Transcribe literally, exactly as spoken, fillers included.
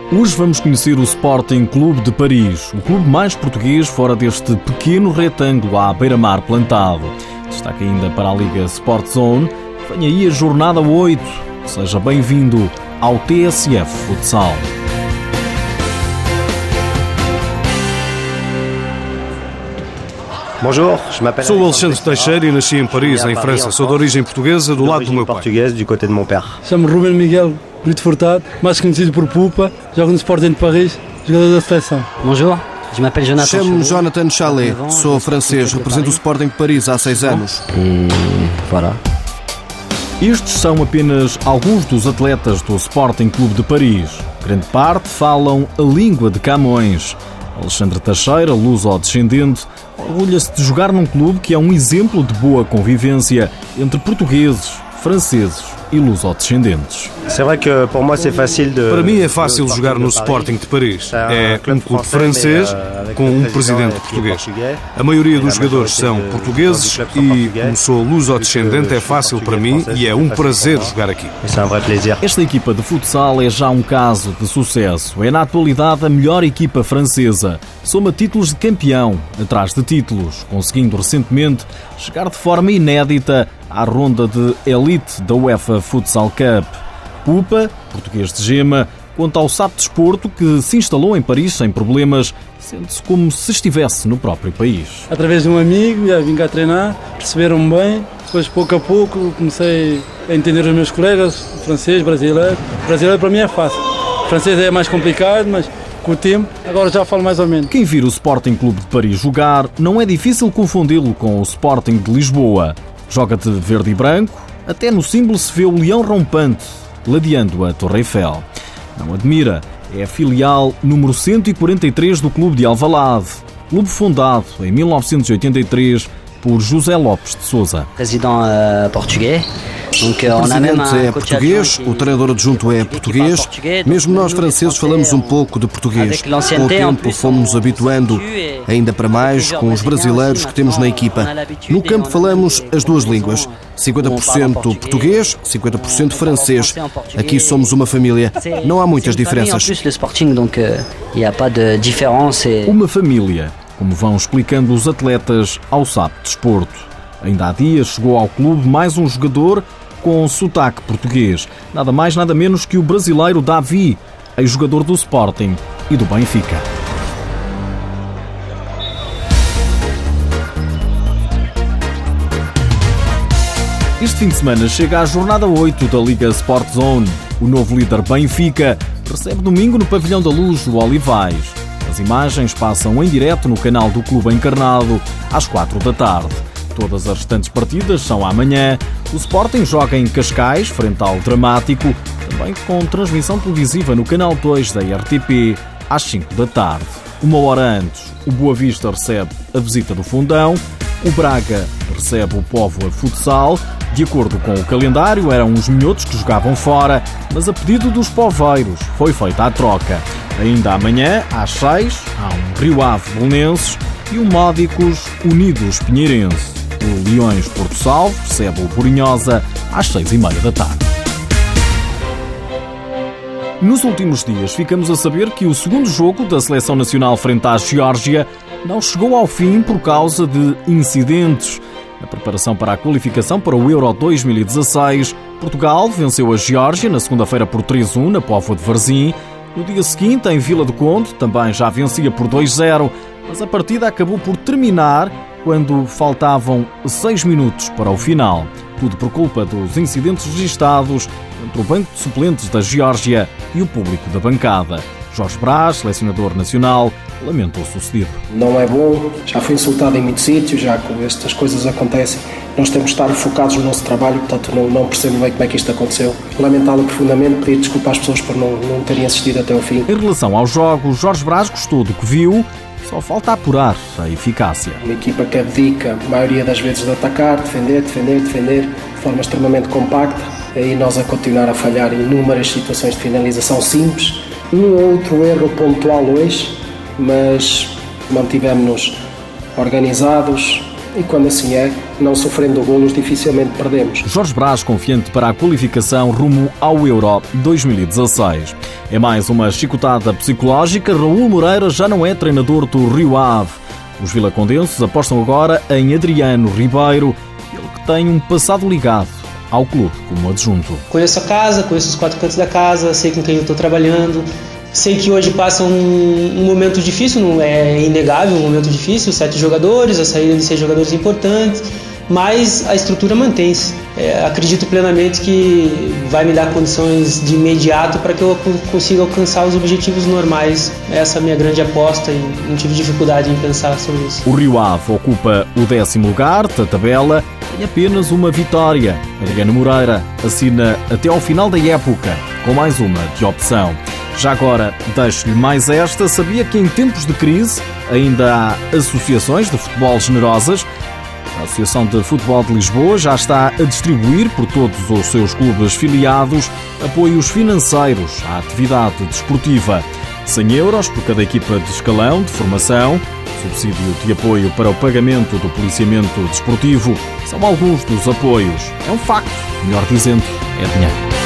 Hoje vamos conhecer o Sporting Clube de Paris, o clube mais português fora deste pequeno retângulo à beira-mar plantado. Destaca ainda para a Liga Sport Zone. Vem aí a jornada oito. Seja bem-vindo ao T S F Futsal. Bonjour, Sou Alexandre Teixeira e nasci em Paris, em França. Sou de origem portuguesa, do lado do meu pai. Chamo-me Ruben Miguel Brito Furtado, mais conhecido por Pupa, jogo no Sporting de Paris, jogador da seleção. Bonjour, je m'appelle Jonathan. Chamo-me Jonathan Chalet, sou francês, represento o Sporting de Paris há seis anos. E voilà. Estes são apenas alguns dos atletas do Sporting Clube de Paris. Grande parte falam a língua de Camões. Alexandre Teixeira, luso-descendente, orgulha-se de jogar num clube que é um exemplo de boa convivência entre portugueses, franceses e luso-descendentes. Para mim é fácil jogar no Sporting de Paris. É um clube francês com um presidente português. A maioria dos jogadores são portugueses e, como sou luso-descendente, é fácil para mim e é um prazer jogar aqui. Esta equipa de futsal é já um caso de sucesso. É na atualidade a melhor equipa francesa. Soma títulos de campeão, atrás de títulos, conseguindo recentemente chegar de forma inédita à ronda de elite da UEFA Futsal Cup. Pupa, português de gema, conta ao S A P Desporto que se instalou em Paris sem problemas, sente-se como se estivesse no próprio país. Através de um amigo, ia vim cá treinar, perceberam-me bem, depois pouco a pouco comecei a entender os meus colegas, francês, brasileiro. Brasileiro para mim é fácil, o francês é mais complicado, mas com o tempo, agora já falo mais ou menos. Quem vir o Sporting Clube de Paris jogar, não é difícil confundi-lo com o Sporting de Lisboa. Joga de verde e branco, até no símbolo se vê o leão rompante, ladeando a Torre Eiffel. Não admira, é a filial número cento e quarenta e três do Clube de Alvalade, clube fundado em mil novecentos e oitenta e três por José Lopes de Sousa. Président uh, português. O presidente é português, o treinador adjunto é português, mesmo nós franceses falamos um pouco de português. Com o tempo fomos-nos habituando, ainda para mais com os brasileiros que temos na equipa. No campo falamos as duas línguas, cinquenta por cento português, cinquenta por cento francês. Aqui somos uma família, não há muitas diferenças. Uma família, como vão explicando os atletas ao S A P Desporto. Ainda há dias chegou ao clube mais um jogador com sotaque português. Nada mais, nada menos que o brasileiro Davi, ex-jogador do Sporting e do Benfica. Este fim de semana chega à jornada oito da Liga Sport Zone. O novo líder Benfica recebe domingo no Pavilhão da Luz o Olivais. As imagens passam em direto no canal do Clube Encarnado às quatro da tarde. Todas as restantes partidas são amanhã. O Sporting joga em Cascais, frente ao Dramático, também com transmissão televisiva no canal dois da R T P, às cinco da tarde. Uma hora antes, o Boa Vista recebe a visita do Fundão, o Braga recebe o Póvoa Futsal. De acordo com o calendário, eram os minhotos que jogavam fora, mas a pedido dos poveiros foi feita a troca. Ainda amanhã, às seis, há um Rio Ave Belenenses e o Módicos Unidos Pinheirense. O Leões Porto Salvo recebe o Borinhosa às seis e meia da tarde. Nos últimos dias ficamos a saber que o segundo jogo da Seleção Nacional frente à Geórgia não chegou ao fim por causa de incidentes. Na preparação para a qualificação para o Euro dois mil e dezasseis, Portugal venceu a Geórgia na segunda-feira por três a um na Póvoa de Varzim. No dia seguinte, em Vila do Conde, também já vencia por dois a zero, mas a partida acabou por terminar quando faltavam seis minutos para o final. Tudo por culpa dos incidentes registados entre o banco de suplentes da Geórgia e o público da bancada. Jorge Brás, selecionador nacional, lamenta o sucedido. Não é bom, já fui insultado em muitos sítios, já que estas coisas acontecem. Nós temos de estar focados no nosso trabalho, portanto não, não percebo bem como é que isto aconteceu. Lamentá-lo profundamente, pedir desculpa às pessoas por não, não terem assistido até ao fim. Em relação aos jogos, Jorge Brás gostou do que viu, só falta apurar a eficácia. Uma equipa que abdica, a maioria das vezes, de atacar, defender, defender, defender, de forma extremamente compacta, e aí nós a continuar a falhar em inúmeras situações de finalização simples. Um ou outro erro pontual hoje, mas mantivemos-nos organizados, e quando assim é, não sofrendo golos, dificilmente perdemos. Jorge Brás confiante para a qualificação rumo ao Euro dois mil e dezasseis. É mais uma chicotada psicológica. Raul Moreira já não é treinador do Rio Ave. Os vilacondenses apostam agora em Adriano Ribeiro, ele que tem um passado ligado ao clube como adjunto. Conheço a casa, conheço os quatro cantos da casa, sei com quem eu estou trabalhando. Sei que hoje passa um, um momento difícil, não é inegável, um momento difícil, sete jogadores, a saída de seis jogadores importantes, mas a estrutura mantém-se. É, acredito plenamente que vai me dar condições de imediato para que eu consiga alcançar os objetivos normais. Essa é a minha grande aposta e não tive dificuldade em pensar sobre isso. O Rio Ave ocupa o décimo lugar da tabela e apenas uma vitória. Adriano Moreira assina até ao final da época, com mais uma de opção. Já agora, deixo-lhe mais esta. Sabia que em tempos de crise ainda há associações de futebol generosas? A Associação de Futebol de Lisboa já está a distribuir por todos os seus clubes filiados apoios financeiros à atividade desportiva. cem euros por cada equipa de escalão de formação, subsídio de apoio para o pagamento do policiamento desportivo. São alguns dos apoios. É um facto, melhor dizendo, é dinheiro.